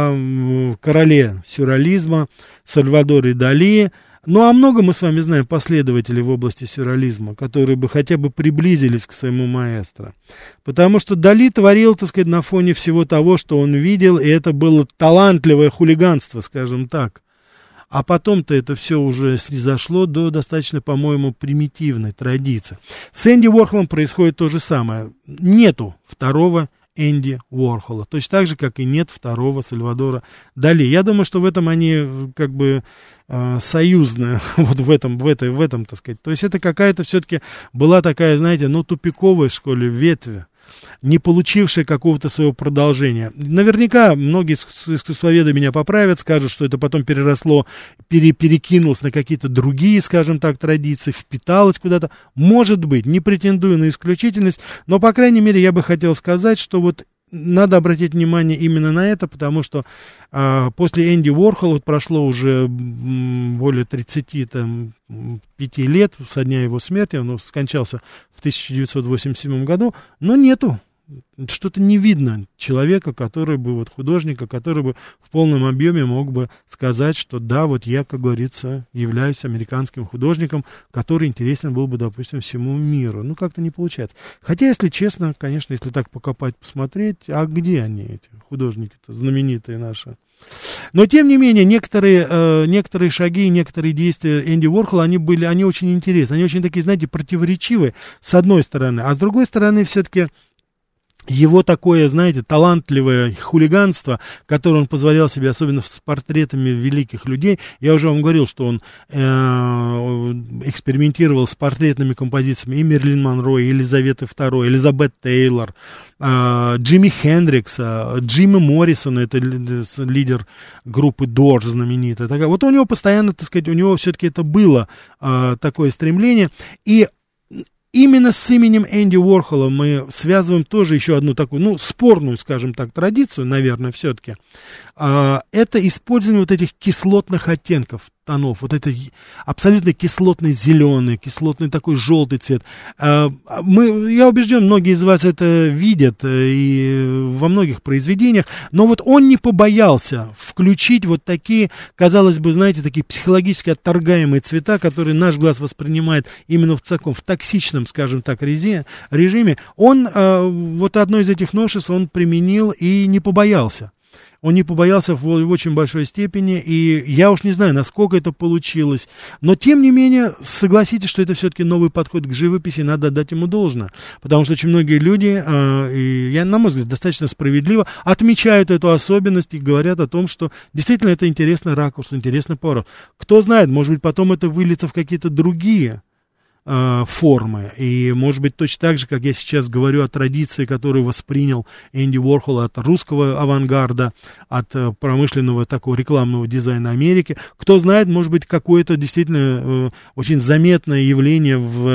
о короле сюрреализма Сальвадоре Дали. Ну, а много мы с вами знаем последователей в области сюрреализма, которые бы хотя бы приблизились к своему маэстро. Потому что Дали творил, так сказать, на фоне всего того, что он видел, и это было талантливое хулиганство, скажем так. А потом-то это все уже снизошло до достаточно, по-моему, примитивной традиции. С Энди Уорхолом происходит то же самое. Нету второго Энди Уорхола. Точно так же, как и нет второго Сальвадора Дали. Я думаю, что в этом они как бы э, союзные, вот в этом, в, этой, в этом, так сказать. То есть это какая-то все-таки была такая, знаете, ну, тупиковая, что ли, ветвь, не получившая какого-то своего продолжения. Наверняка многие искусствоведы меня поправят, скажут, что это потом переросло, пере, перекинулось на какие-то другие, скажем так, традиции, впиталось куда-то. Может быть, не претендую на исключительность, но, по крайней мере, я бы хотел сказать, что вот надо обратить внимание именно на это, потому что а, после Энди Уорхола вот прошло уже более тридцати пяти лет со дня его смерти, он скончался в тысяча девятьсот восемьдесят седьмом году, но нету, что-то не видно человека, который бы, вот художника, который бы в полном объеме мог бы сказать, что да, вот я, как говорится, являюсь американским художником, который интересен был бы, допустим, всему миру. Ну, как-то не получается. Хотя, если честно, конечно, если так покопать, посмотреть, а где они, эти художники-то, знаменитые наши? Но, тем не менее, некоторые, э, некоторые шаги, некоторые действия Энди Уорхола, они были, они очень интересны, они очень такие, знаете, противоречивые, с одной стороны, а с другой стороны, все-таки его такое, знаете, талантливое хулиганство, которое он позволял себе, особенно с портретами великих людей. Я уже вам говорил, что он э, экспериментировал с портретными композициями и Мерлин Монро, и Елизаветы второй, Элизабет Тейлор, э, Джимми Хендрикса, Джимми Моррисона, это лидер группы Doors знаменитая. Вот у него постоянно, так сказать, у него все-таки это было э, такое стремление. И именно с именем Энди Уорхола мы связываем тоже еще одну такую, ну, спорную, скажем так, традицию, наверное, все-таки. А, это использование вот этих кислотных оттенков тонов, вот это абсолютно кислотный зеленый, кислотный такой желтый цвет. А, мы, я убежден, многие из вас это видят и во многих произведениях, но вот он не побоялся включить вот такие, казалось бы, знаете, такие психологически отторгаемые цвета, которые наш глаз воспринимает именно в таком, в токсичном, скажем так, режиме. Он а, вот одно из этих новшеств он применил и не побоялся. Он не побоялся в, в очень большой степени, и я уж не знаю, насколько это получилось, но тем не менее, согласитесь, что это все-таки новый подход к живописи, надо отдать ему должное, потому что очень многие люди, э, и я, на мой взгляд, достаточно справедливо отмечают эту особенность и говорят о том, что действительно это интересный ракурс, интересный поворот. Кто знает, может быть, потом это выльется в какие-то другие формы. И, может быть, точно так же, как я сейчас говорю о традиции, которую воспринял Энди Уорхол от русского авангарда, от промышленного такого рекламного дизайна Америки. Кто знает, может быть, какое-то действительно очень заметное явление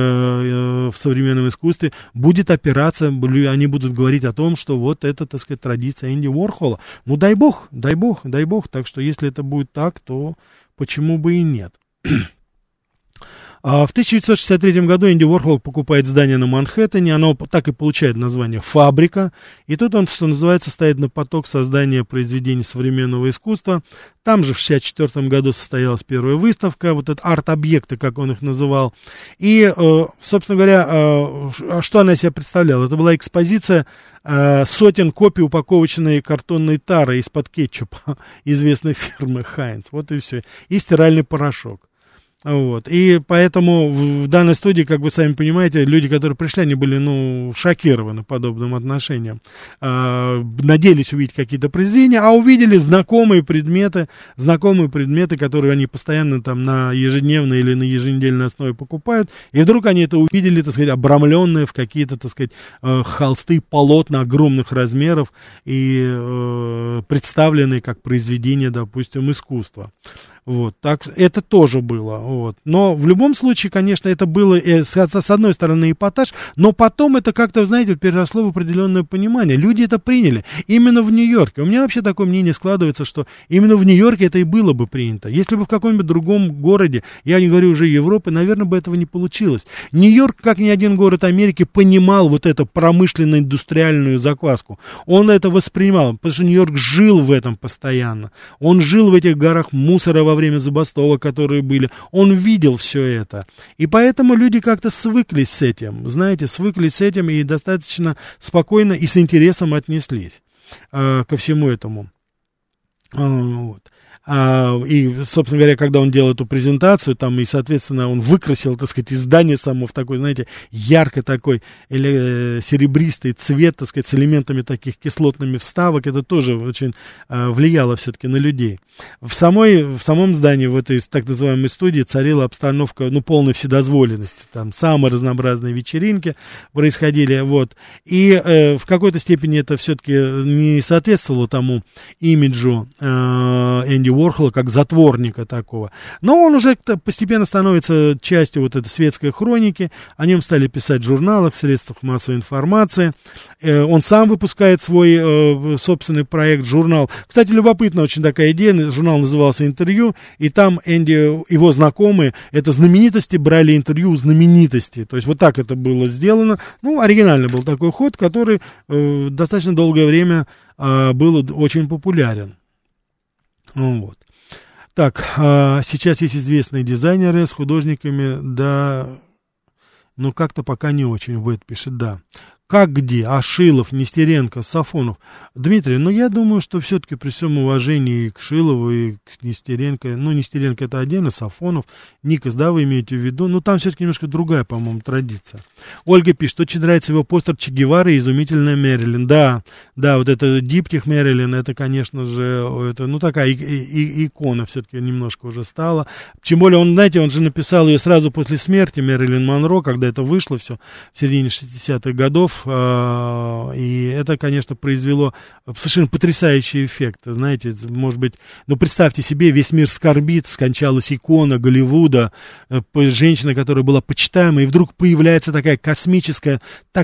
в, в современном искусстве будет опираться, они будут говорить о том, что вот это, так сказать, традиция Энди Уорхола. Ну, дай бог, дай бог, дай бог. Так что, если это будет так, то почему бы и нет? В тысяча девятьсот шестьдесят третьем году Энди Уорхол покупает здание на Манхэттене, оно так и получает название «Фабрика», и тут он, что называется, стоит на поток создания произведений современного искусства. Там же в шестьдесят четвёртом году состоялась первая выставка, вот это арт-объекты, как он их называл, и, собственно говоря, что она из себя представляла? Это была экспозиция сотен копий упаковочной картонной тары из-под кетчупа известной фирмы Хайнц, вот и все, и стиральный порошок. Вот. И поэтому в данной студии, как вы сами понимаете, люди, которые пришли, они были, ну, шокированы подобным отношением. А, надеялись увидеть какие-то произведения, а увидели знакомые предметы, знакомые предметы, которые они постоянно там на ежедневной или на еженедельной основе покупают. И вдруг они это увидели, так сказать, обрамленные в какие-то, так сказать, холсты, полотна огромных размеров и э, представленные как произведения, допустим, искусства. Вот, так, это тоже было, вот. Но в любом случае, конечно, это было, э, с, с одной стороны, эпатаж, но потом это как-то, знаете, переросло в определенное понимание. Люди это приняли именно в Нью-Йорке. У меня вообще такое мнение складывается, что именно в Нью-Йорке это и было бы принято. Если бы в каком-нибудь другом городе, я не говорю уже Европы, наверное, бы этого не получилось. Нью-Йорк, как ни один город Америки, понимал вот эту промышленно-индустриальную закваску. Он это воспринимал, потому что Нью-Йорк жил в этом постоянно. Он жил в этих горах мусора во время забастовок, которые были. Он видел все это. И поэтому люди как-то свыклись с этим, знаете, свыклись с этим и достаточно спокойно и с интересом отнеслись э, ко всему этому. Э, вот. А, и, собственно говоря, когда он делал эту презентацию, там, и, соответственно, он выкрасил, так сказать, издание само в такой, знаете, ярко такой или, э, серебристый цвет, так сказать, с элементами таких кислотными вставок, это тоже очень э, влияло все-таки на людей. В, самой, в самом здании, в этой так называемой студии, царила обстановка, ну, полной вседозволенности, там, самые разнообразные вечеринки происходили, вот, и э, в какой-то степени это все-таки не соответствовало тому имиджу э, Энди Уорхола как затворника такого. Но он уже постепенно становится частью вот этой светской хроники. О нем стали писать в журналах, в средствах массовой информации. Э, он сам выпускает свой э, собственный проект, журнал. Кстати, любопытная очень такая идея. Журнал назывался «Интервью», и там Энди, его знакомые, это знаменитости, брали интервью у знаменитостей. То есть вот так это было сделано. Ну, оригинальный был такой ход, который э, достаточно долгое время э, был очень популярен. Вот. Так, а, сейчас есть известные дизайнеры с художниками, да, но как-то пока не очень, Вэд пишет, да. Как где? Ашилов, Нестеренко, Сафонов. Дмитрий, ну я думаю, что все-таки при всем уважении и к Шилову, и к Нестеренко, ну Нестеренко это отдельно, Сафонов, Никос, да, вы имеете в виду, ну там все-таки немножко другая, по-моему, традиция. Ольга пишет, очень нравится его постер Че Гевары и изумительная Мэрилин. Да, да, вот это диптих Мэрилин, это, конечно же, это, ну такая и, и, икона все-таки немножко уже стала. Тем более, он, знаете, он же написал ее сразу после смерти Мэрилин Монро, когда это вышло все в середине шестидесятых годов. И это, конечно, произвело совершенно потрясающий эффект. Знаете, может быть, ну, представьте себе, весь мир скорбит, скончалась икона Голливуда, женщина, которая была почитаема, и вдруг появляется такая космическая,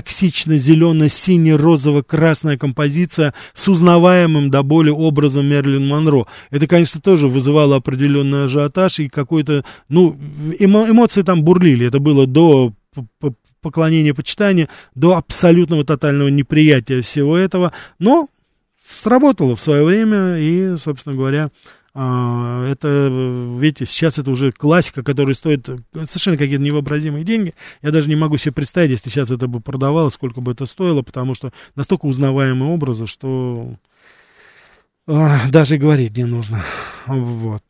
токсично-зелено-сине-розово-красная композиция с узнаваемым до боли образом Мэрилин Монро. Это, конечно, тоже вызывало определенный ажиотаж и какой-то, ну, эмо- эмоции там бурлили. Это было до поклонения, почитания, до абсолютного тотального неприятия всего этого, но сработало в свое время, и, собственно говоря, это, видите, сейчас это уже классика, которая стоит совершенно какие-то невообразимые деньги. Я даже не могу себе представить, если сейчас это бы продавалось, сколько бы это стоило, потому что настолько узнаваемые образы, что даже и говорить не нужно. Вот.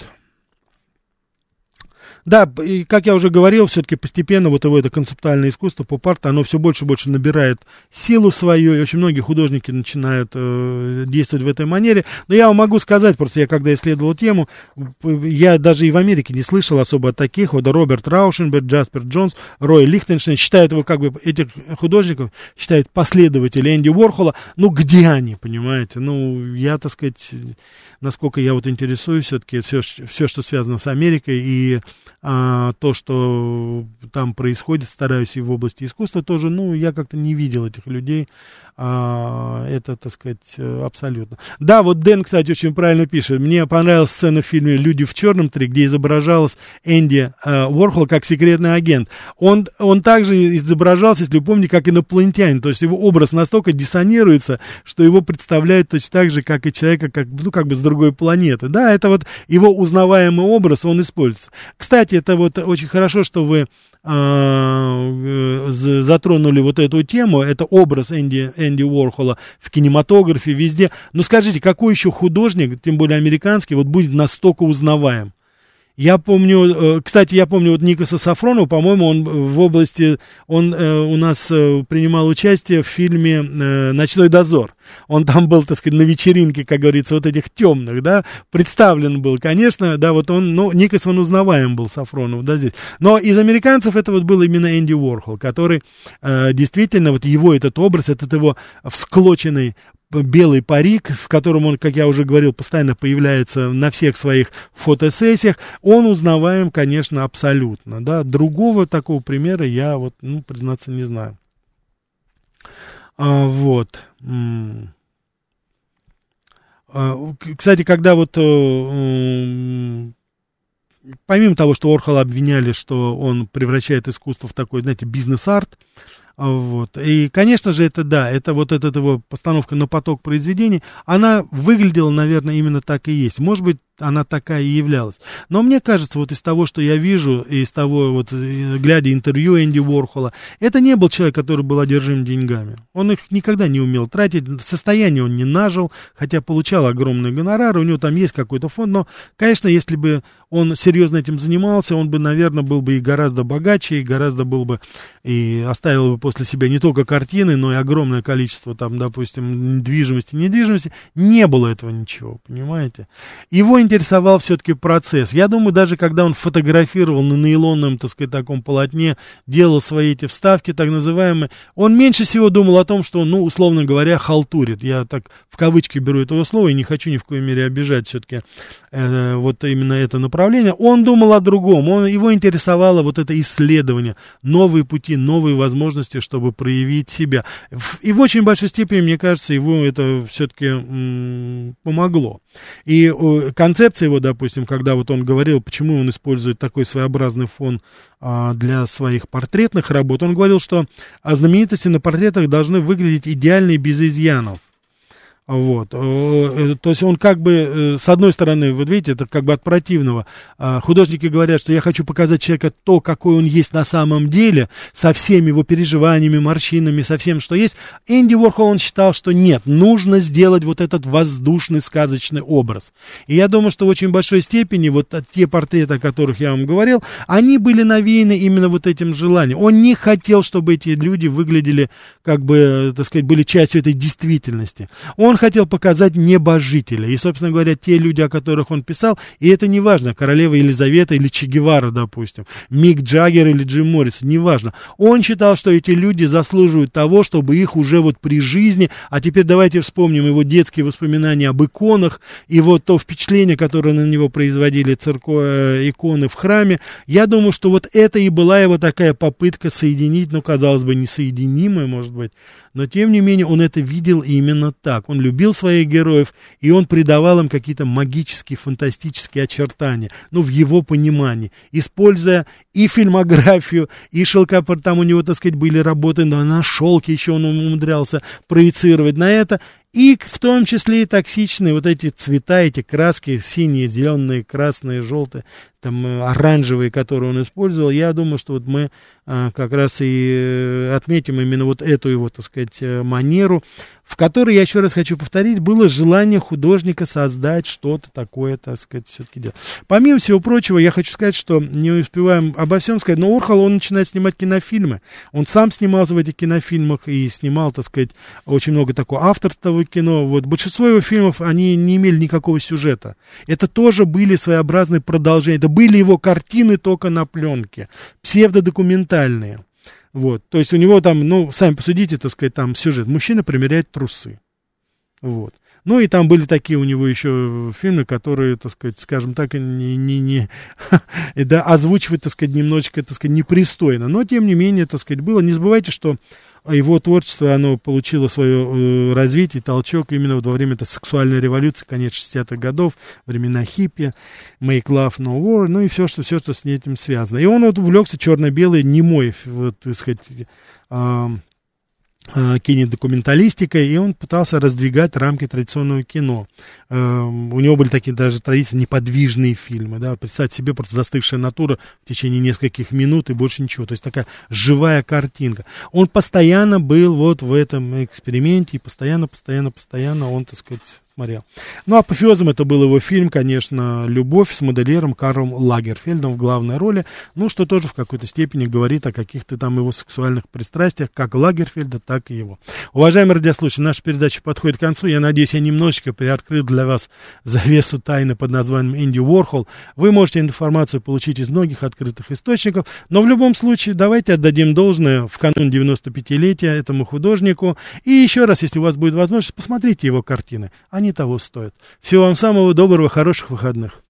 Да, и как я уже говорил, все-таки постепенно вот его это концептуальное искусство, поп-арт, оно все больше и больше набирает силу свою, и очень многие художники начинают э, действовать в этой манере. Но я вам могу сказать, просто я когда исследовал тему, я даже и в Америке не слышал особо о таких. Вот Роберт Раушенберг, Джаспер Джонс, Рой Лихтенштейн считают его, как бы, этих художников, считают последователи Энди Уорхола. Ну, где они, понимаете? Ну, я, так сказать, насколько я вот интересуюсь, все-таки все, все, что связано с Америкой, и а, то, что там происходит, стараюсь и в области искусства тоже, ну, я как-то не видел этих людей, а, это, так сказать, абсолютно. Да, вот Дэн, кстати, очень правильно пишет, мне понравилась сцена в фильме «Люди в черном три», где изображалась Энди а, Уорхол как секретный агент. Он, он также изображался, если вы помните, как инопланетянин, то есть его образ настолько диссонируется, что его представляют точно так же, как и человека, как, ну, как бы с другой планеты. Да, это вот его узнаваемый образ, он используется. Кстати, это вот очень хорошо, что вы э, затронули вот эту тему, это образ Энди, Энди Уорхола в кинематографе, везде. Но скажите, какой еще художник, тем более американский, вот будет настолько узнаваем? Я помню, кстати, я помню вот Никоса Сафронова, по-моему, он в области, он э, у нас э, принимал участие в фильме э, «Ночной дозор». Он там был, так сказать, на вечеринке, как говорится, вот этих темных, да, представлен был, конечно, да, вот он, ну, Никос, он узнаваем был, Сафронов, да, здесь. Но из американцев это вот был именно Энди Уорхол, который э, действительно, вот его этот образ, этот его всклоченный белый парик, в котором он, как я уже говорил, постоянно появляется на всех своих фотосессиях, он узнаваем, конечно, абсолютно, да, другого такого примера я вот, ну, признаться, не знаю. А, вот. А, кстати, когда вот, помимо того, что Уорхола обвиняли, что он превращает искусство в такой, знаете, бизнес-арт, вот. И, конечно же, это да, это вот эта его постановка на поток произведений, она выглядела, наверное, именно так и есть. Может быть, она такая и являлась. Но мне кажется, вот из того, что я вижу, из того, вот, глядя интервью Энди Уорхола, это не был человек, который был одержим деньгами. Он их никогда не умел тратить, состояние он не нажил, хотя получал огромные гонорары, у него там есть какой-то фонд, но, конечно, если бы он серьезно этим занимался, он бы, наверное, был бы и гораздо богаче, и гораздо был бы, и оставил бы после себя не только картины, но и огромное количество, там, допустим, недвижимости, недвижимости. Не было этого ничего, понимаете? Его интересовал все-таки процесс. Я думаю, даже когда он фотографировал на нейлонном, так сказать, таком полотне, делал свои эти вставки, так называемые, он меньше всего думал о том, что он, ну, условно говоря, халтурит. Я так в кавычки беру этого слова и не хочу ни в коей мере обижать все-таки э, вот именно это направление. Он думал о другом. Он, его интересовало вот это исследование, новые пути, новые возможности, чтобы проявить себя. И в очень большой степени, мне кажется, его это все-таки м- помогло. И э, концепция его, допустим, когда вот он говорил, почему он использует такой своеобразный фон а, для своих портретных работ, он говорил, что а, знаменитости на портретах должны выглядеть идеально и без изъянов. Вот. То есть он как бы, с одной стороны, вот видите, это как бы от противного. Художники говорят, что я хочу показать человека то, какой он есть на самом деле, со всеми его переживаниями, морщинами, со всем, что есть. Энди Уорхол, он считал, что нет, нужно сделать вот этот воздушный, сказочный образ. И я думаю, что в очень большой степени вот те портреты, о которых я вам говорил, они были навеяны именно вот этим желанием. Он не хотел, чтобы эти люди выглядели, как бы, так сказать, были частью этой действительности. Он хотел показать небожителя. И, собственно говоря, те люди, о которых он писал, и это не важно, королева Елизавета или Че Гевара, допустим, Мик Джаггер или Джим Моррисон, не важно. Он считал, что эти люди заслуживают того, чтобы их уже вот при жизни, а теперь давайте вспомним его детские воспоминания об иконах, и вот то впечатление, которое на него производили церковь, иконы в храме. Я думаю, что вот это и была его такая попытка соединить, ну, казалось бы, несоединимое, может быть, но, тем не менее, он это видел именно так. Он любил своих героев, и он придавал им какие-то магические, фантастические очертания, ну, в его понимании, используя и фильмографию, и шелкопор, там у него, так сказать, были работы на, на шелке, еще он умудрялся проецировать на это, и в том числе и токсичные вот эти цвета, эти краски, синие, зеленые, красные, желтые, там, оранжевые, которые он использовал. Я думаю, что вот мы а, как раз и отметим именно вот эту его, так сказать, манеру, в которой, я еще раз хочу повторить, было желание художника создать что-то такое, так сказать, все-таки делать. Помимо всего прочего, я хочу сказать, что не успеваем обо всем сказать, но Уорхол, он начинает снимать кинофильмы. Он сам снимался в этих кинофильмах и снимал, так сказать, очень много такого авторского кино. Вот большинство его фильмов, они не имели никакого сюжета. Это тоже были своеобразные продолжения. Это были его картины только на пленке, псевдодокументальные. Вот. То есть у него там, ну, сами посудите, так сказать, там сюжет. Мужчина примеряет трусы. Вот. Ну, и там были такие у него еще фильмы, которые, так сказать, скажем так, не, не, не, да, озвучивать, так сказать, немножечко, так сказать, непристойно. Но, тем не менее, так сказать, было. Не забывайте, что его творчество, оно получило свое э, развитие, толчок именно вот во время этой сексуальной революции, конец шестидесятых годов, времена хиппи, Make Love No War, ну и все, что, все, что с этим связано. И он вот увлекся черно-белой, немой, вот, так сказать, э, кинодокументалистикой, и он пытался раздвигать рамки традиционного кино. Uh, у него были такие даже традиции неподвижные фильмы, да, представьте себе просто застывшая натура в течение нескольких минут и больше ничего, то есть такая живая картинка. Он постоянно был вот в этом эксперименте, и постоянно, постоянно, постоянно он, так сказать, посмотрел. Ну, апофеозом это был его фильм, конечно, «Любовь» с модельером Карлом Лагерфельдом в главной роли, ну, что тоже в какой-то степени говорит о каких-то там его сексуальных пристрастиях, как Лагерфельда, так и его. Уважаемые радиослушатели, наша передача подходит к концу. Я надеюсь, я немножечко приоткрыл для вас завесу тайны под названием Энди Уорхол. Вы можете информацию получить из многих открытых источников, но в любом случае давайте отдадим должное в канун девяностопятилетия этому художнику. И еще раз, если у вас будет возможность, посмотрите его картины. Они того стоят. Всего вам самого доброго, хороших выходных.